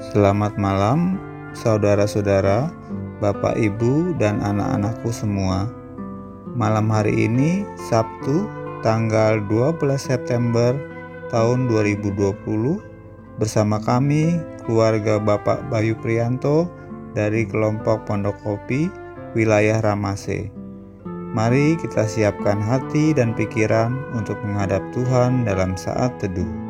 Selamat malam, saudara-saudara, Bapak, Ibu, dan anak-anakku semua. Malam hari ini, Sabtu, tanggal 12 September tahun 2020, bersama kami, keluarga Bapak Bayu Priyanto dari kelompok Pondok Kopi, wilayah Ramase. Mari kita siapkan hati dan pikiran untuk menghadap Tuhan dalam saat teduh.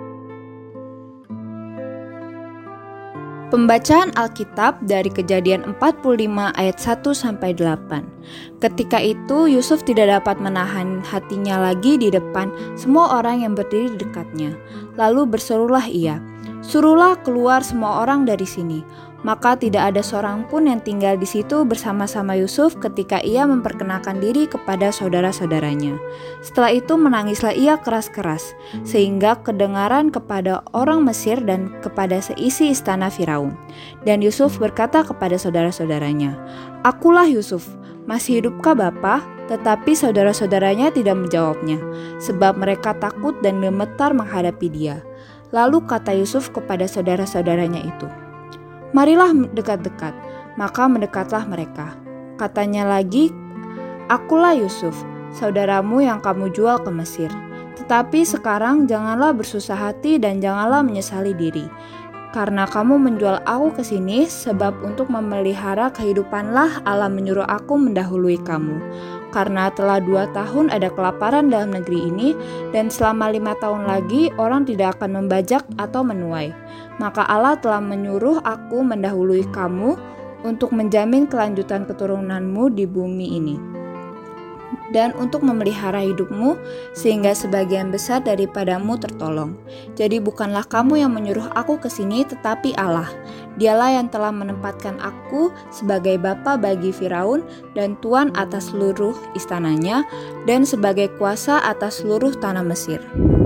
Pembacaan Alkitab dari Kejadian 45 ayat 1-8. Ketika itu Yusuf tidak dapat menahan hatinya lagi di depan semua orang yang berdiri di dekatnya. Lalu berserulah ia, "Suruhlah keluar semua orang dari sini." Maka tidak ada seorang pun yang tinggal di situ bersama-sama Yusuf ketika ia memperkenalkan diri kepada saudara-saudaranya. Setelah itu menangislah ia keras-keras, sehingga kedengaran kepada orang Mesir dan kepada seisi istana Firaun. Dan Yusuf berkata kepada saudara-saudaranya, "Akulah Yusuf, masih hidupkah Bapa?" Tetapi saudara-saudaranya tidak menjawabnya, sebab mereka takut dan gemetar menghadapi dia. Lalu kata Yusuf kepada saudara-saudaranya itu, "Marilah dekat-dekat." Maka mendekatlah mereka. Katanya lagi, "Akulah Yusuf, saudaramu yang kamu jual ke Mesir. Tetapi sekarang janganlah bersusah hati dan janganlah menyesali diri, karena kamu menjual aku ke sini, sebab untuk memelihara kehidupanlah Allah menyuruh aku mendahului kamu. Karena telah 2 tahun ada kelaparan dalam negeri ini, dan selama 5 tahun lagi orang tidak akan membajak atau menuai. Maka Allah telah menyuruh aku mendahului kamu untuk menjamin kelanjutan keturunanmu di bumi ini, dan untuk memelihara hidupmu sehingga sebagian besar daripadamu tertolong. Jadi bukanlah kamu yang menyuruh aku ke sini, tetapi Allah. Dialah yang telah menempatkan aku sebagai bapa bagi Firaun dan tuan atas seluruh istananya, dan sebagai kuasa atas seluruh tanah Mesir."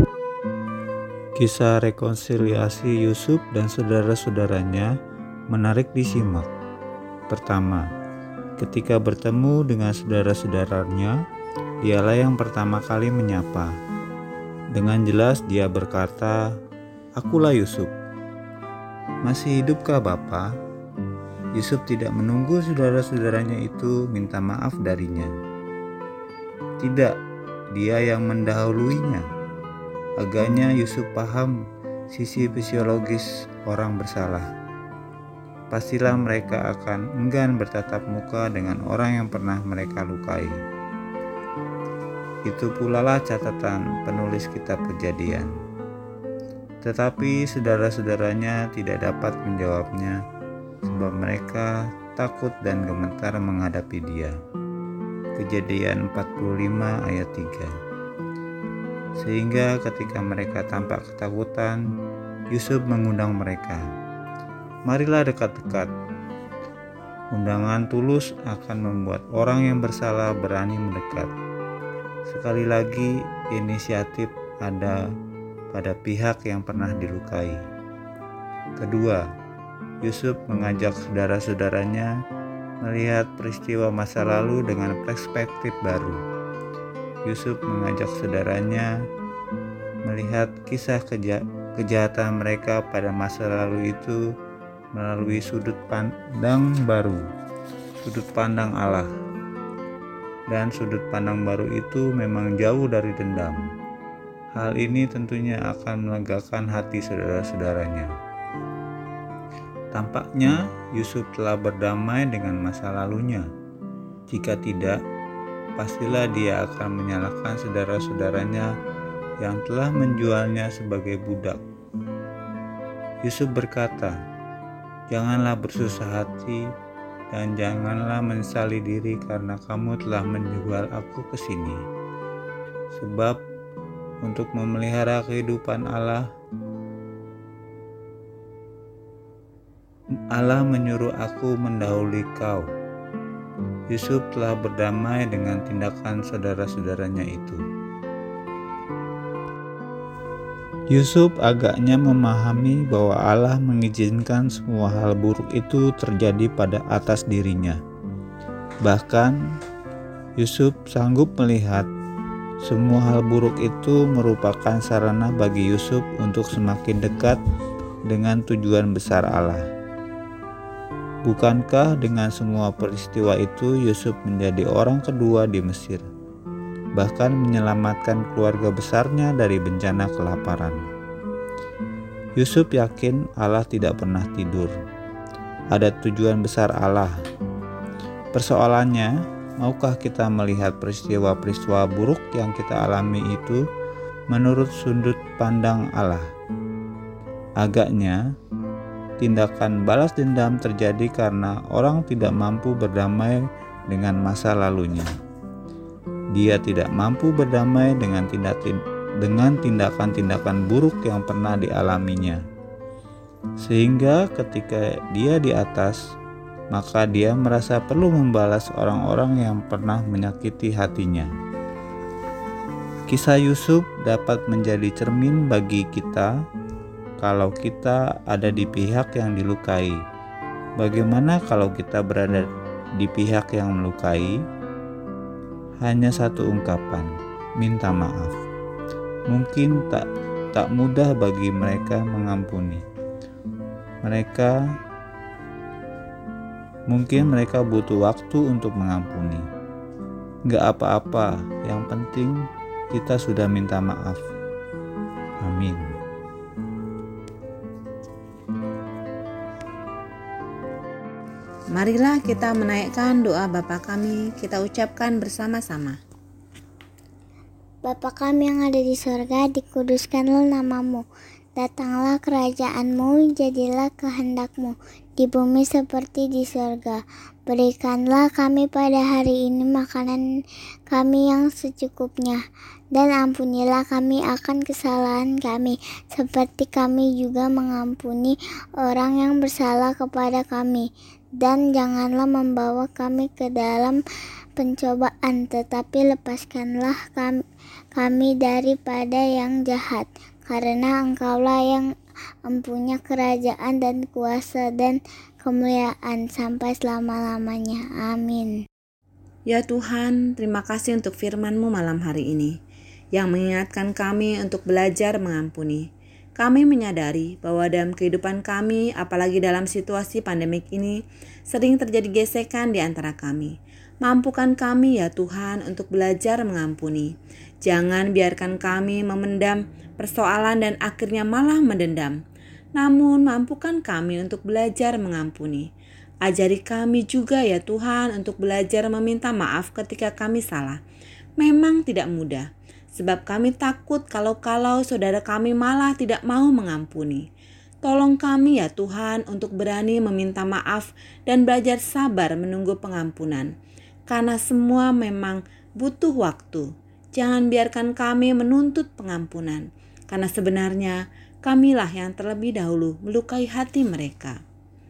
Kisah rekonsiliasi Yusuf dan saudara-saudaranya menarik disimak. Pertama, ketika bertemu dengan saudara-saudaranya, dialah yang pertama kali menyapa. Dengan jelas dia berkata, "Akulah Yusuf. Masih hidupkah Bapa?" Yusuf tidak menunggu saudara-saudaranya itu minta maaf darinya. Tidak, dia yang mendahuluinya. Agaknya Yusuf paham sisi fisiologis orang bersalah. Pastilah mereka akan enggan bertatap muka dengan orang yang pernah mereka lukai. Itu pula lah catatan penulis kitab Kejadian. Tetapi saudara-saudaranya tidak dapat menjawabnya, sebab mereka takut dan gemetar menghadapi dia. Kejadian 45 ayat 3. Sehingga ketika mereka tampak ketakutan, Yusuf mengundang mereka, "Marilah dekat-dekat." Undangan tulus akan membuat orang yang bersalah berani mendekat. Sekali lagi, inisiatif ada pada pihak yang pernah dilukai. Kedua, Yusuf mengajak saudara-saudaranya melihat peristiwa masa lalu dengan perspektif baru. Yusuf mengajak saudaranya melihat kisah kejahatan mereka pada masa lalu itu melalui sudut pandang baru, sudut pandang Allah. Dan sudut pandang baru itu memang jauh dari dendam. Hal ini tentunya akan melegakan hati saudara-saudaranya. Tampaknya Yusuf telah berdamai dengan masa lalunya. Jika tidak, pastilah dia akan menyalahkan saudara-saudaranya yang telah menjualnya sebagai budak. Yusuf berkata, "Janganlah bersusah hati dan janganlah menyesali diri karena kamu telah menjual aku ke sini. Sebab untuk memelihara kehidupan Allah menyuruh aku mendahului kau." Yusuf telah berdamai dengan tindakan saudara-saudaranya itu. Yusuf agaknya memahami bahwa Allah mengizinkan semua hal buruk itu terjadi pada atas dirinya. Bahkan, Yusuf sanggup melihat semua hal buruk itu merupakan sarana bagi Yusuf untuk semakin dekat dengan tujuan besar Allah. Bukankah dengan semua peristiwa itu Yusuf menjadi orang kedua di Mesir, bahkan menyelamatkan keluarga besarnya dari bencana kelaparan? Yusuf yakin Allah tidak pernah tidur. Ada tujuan besar Allah. Persoalannya, maukah kita melihat peristiwa-peristiwa buruk yang kita alami itu menurut sudut pandang Allah? Agaknya, tindakan balas dendam terjadi karena orang tidak mampu berdamai dengan masa lalunya. Dia tidak mampu berdamai dengan tindakan-tindakan buruk yang pernah dialaminya. Sehingga ketika dia di atas, maka dia merasa perlu membalas orang-orang yang pernah menyakiti hatinya. Kisah Yusuf dapat menjadi cermin bagi kita kalau kita ada di pihak yang dilukai. Bagaimana kalau kita berada di pihak yang melukai? Hanya satu ungkapan, minta maaf. Mungkin tak mudah bagi mereka mengampuni. Mungkin mereka butuh waktu untuk mengampuni. Gak apa-apa, yang penting kita sudah minta maaf. Amin. Marilah kita menaikkan doa Bapa kami, kita ucapkan bersama-sama. Bapa kami yang ada di surga, dikuduskanlah namamu. Datanglah kerajaanmu, jadilah kehendakmu, di bumi seperti di surga. Berikanlah kami pada hari ini makanan kami yang secukupnya, dan ampunilah kami akan kesalahan kami, seperti kami juga mengampuni orang yang bersalah kepada kami. Dan janganlah membawa kami ke dalam pencobaan, tetapi lepaskanlah kami daripada yang jahat. Karena Engkaulah yang mempunyai kerajaan dan kuasa dan kemuliaan sampai selama-lamanya. Amin. Ya Tuhan, terima kasih untuk firman-Mu malam hari ini, yang mengingatkan kami untuk belajar mengampuni. Kami menyadari bahwa dalam kehidupan kami, apalagi dalam situasi pandemik ini, sering terjadi gesekan di antara kami. Mampukan kami ya Tuhan untuk belajar mengampuni. Jangan biarkan kami memendam persoalan dan akhirnya malah mendendam. Namun mampukan kami untuk belajar mengampuni. Ajari kami juga ya Tuhan untuk belajar meminta maaf ketika kami salah. Memang tidak mudah, sebab kami takut kalau saudara kami malah tidak mau mengampuni. Tolong kami ya Tuhan untuk berani meminta maaf dan belajar sabar menunggu pengampunan. Karena semua memang butuh waktu. Jangan biarkan kami menuntut pengampunan, karena sebenarnya kamilah yang terlebih dahulu melukai hati mereka.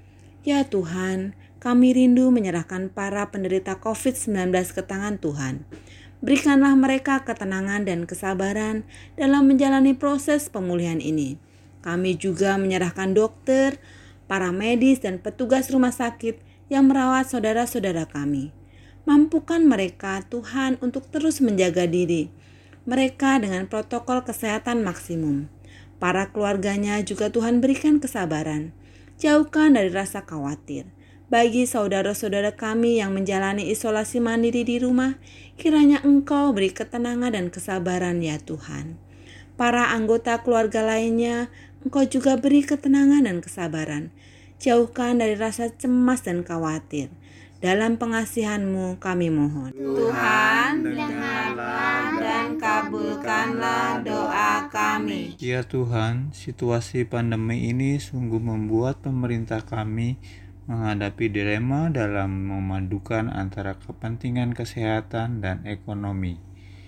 Ya Tuhan, kami rindu menyerahkan para penderita COVID-19 ke tangan Tuhan. Berikanlah mereka ketenangan dan kesabaran dalam menjalani proses pemulihan ini. Kami juga menyerahkan dokter, para medis dan petugas rumah sakit yang merawat saudara-saudara kami. Mampukan mereka Tuhan untuk terus menjaga diri mereka dengan protokol kesehatan maksimum. Para keluarganya juga Tuhan berikan kesabaran. Jauhkan dari rasa khawatir. Bagi saudara-saudara kami yang menjalani isolasi mandiri di rumah, kiranya Engkau beri ketenangan dan kesabaran ya Tuhan. Para anggota keluarga lainnya, Engkau juga beri ketenangan dan kesabaran. Jauhkan dari rasa cemas dan khawatir. Dalam pengasihan-Mu kami mohon. Tuhan, dengarlah dan kabulkanlah doa kami. Ya Tuhan, situasi pandemi ini sungguh membuat pemerintah kami menghadapi dilema dalam memadukan antara kepentingan kesehatan dan ekonomi.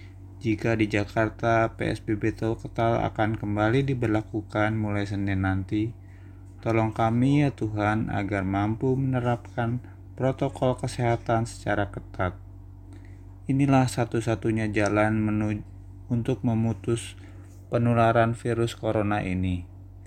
Jika di Jakarta PSBB total akan kembali diberlakukan mulai Senin nanti, tolong kami ya Tuhan agar mampu menerapkan protokol kesehatan secara ketat. Inilah satu-satunya jalan untuk memutus penularan virus corona ini,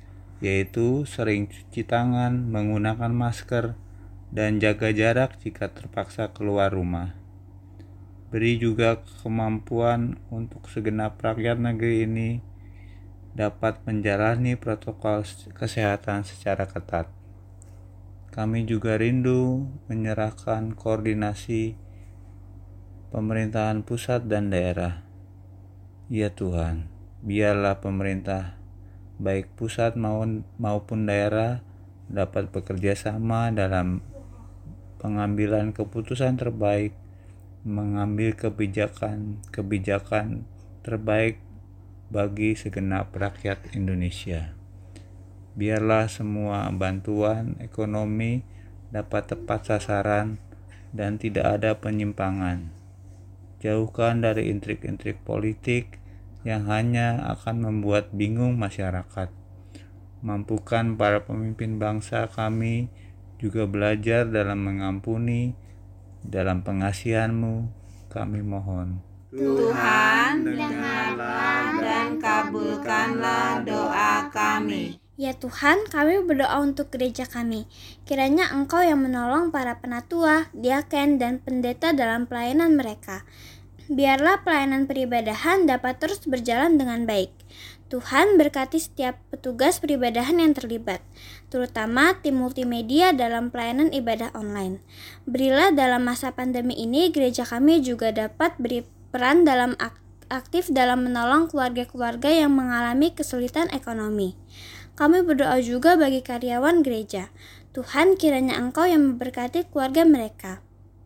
yaitu sering cuci tangan, menggunakan masker, dan jaga jarak jika terpaksa keluar rumah. Beri juga kemampuan untuk segenap rakyat negeri ini dapat menjalani protokol kesehatan secara ketat. Kami juga rindu menyerahkan koordinasi pemerintahan pusat dan daerah. Ya Tuhan, biarlah pemerintah, baik pusat maupun daerah, dapat bekerja sama dalam pengambilan keputusan terbaik, mengambil kebijakan terbaik bagi segenap rakyat Indonesia. Biarlah semua bantuan ekonomi dapat tepat sasaran dan tidak ada penyimpangan. Jauhkan dari intrik-intrik politik yang hanya akan membuat bingung masyarakat. Mampukan para pemimpin bangsa kami juga belajar dalam mengampuni, dalam pengasihan-Mu, kami mohon. Tuhan, dengarlah dan kabulkanlah doa kami. Ya Tuhan, kami berdoa untuk gereja kami. Kiranya Engkau yang menolong para penatua, diaken, dan pendeta dalam pelayanan mereka. Biarlah pelayanan peribadahan dapat terus berjalan dengan baik. Tuhan berkati setiap petugas peribadahan yang terlibat, terutama tim multimedia dalam pelayanan ibadah online. Berilah dalam masa pandemi ini gereja kami juga dapat berperan dalam aktif dalam menolong keluarga-keluarga yang mengalami kesulitan ekonomi. Kami berdoa juga bagi karyawan gereja. Tuhan, kiranya Engkau yang memberkati keluarga mereka.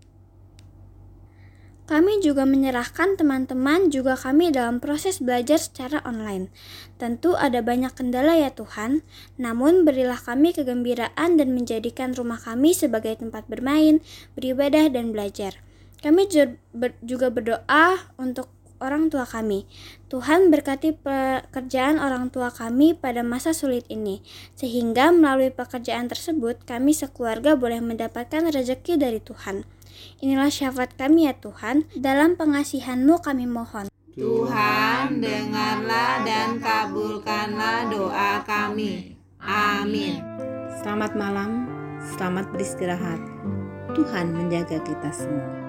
Kami juga menyerahkan teman-teman juga kami dalam proses belajar secara online. Tentu ada banyak kendala ya Tuhan, namun berilah kami kegembiraan dan menjadikan rumah kami sebagai tempat bermain, beribadah, dan belajar. Kami juga berdoa untuk orang tua kami. Tuhan berkati pekerjaan orang tua kami pada masa sulit ini, sehingga melalui pekerjaan tersebut kami sekeluarga boleh mendapatkan rezeki dari Tuhan. Inilah syafaat kami ya Tuhan, dalam pengasihan-Mu kami mohon. Tuhan, dengarlah dan kabulkanlah doa kami. Amin. Selamat malam, selamat beristirahat. Tuhan menjaga kita semua.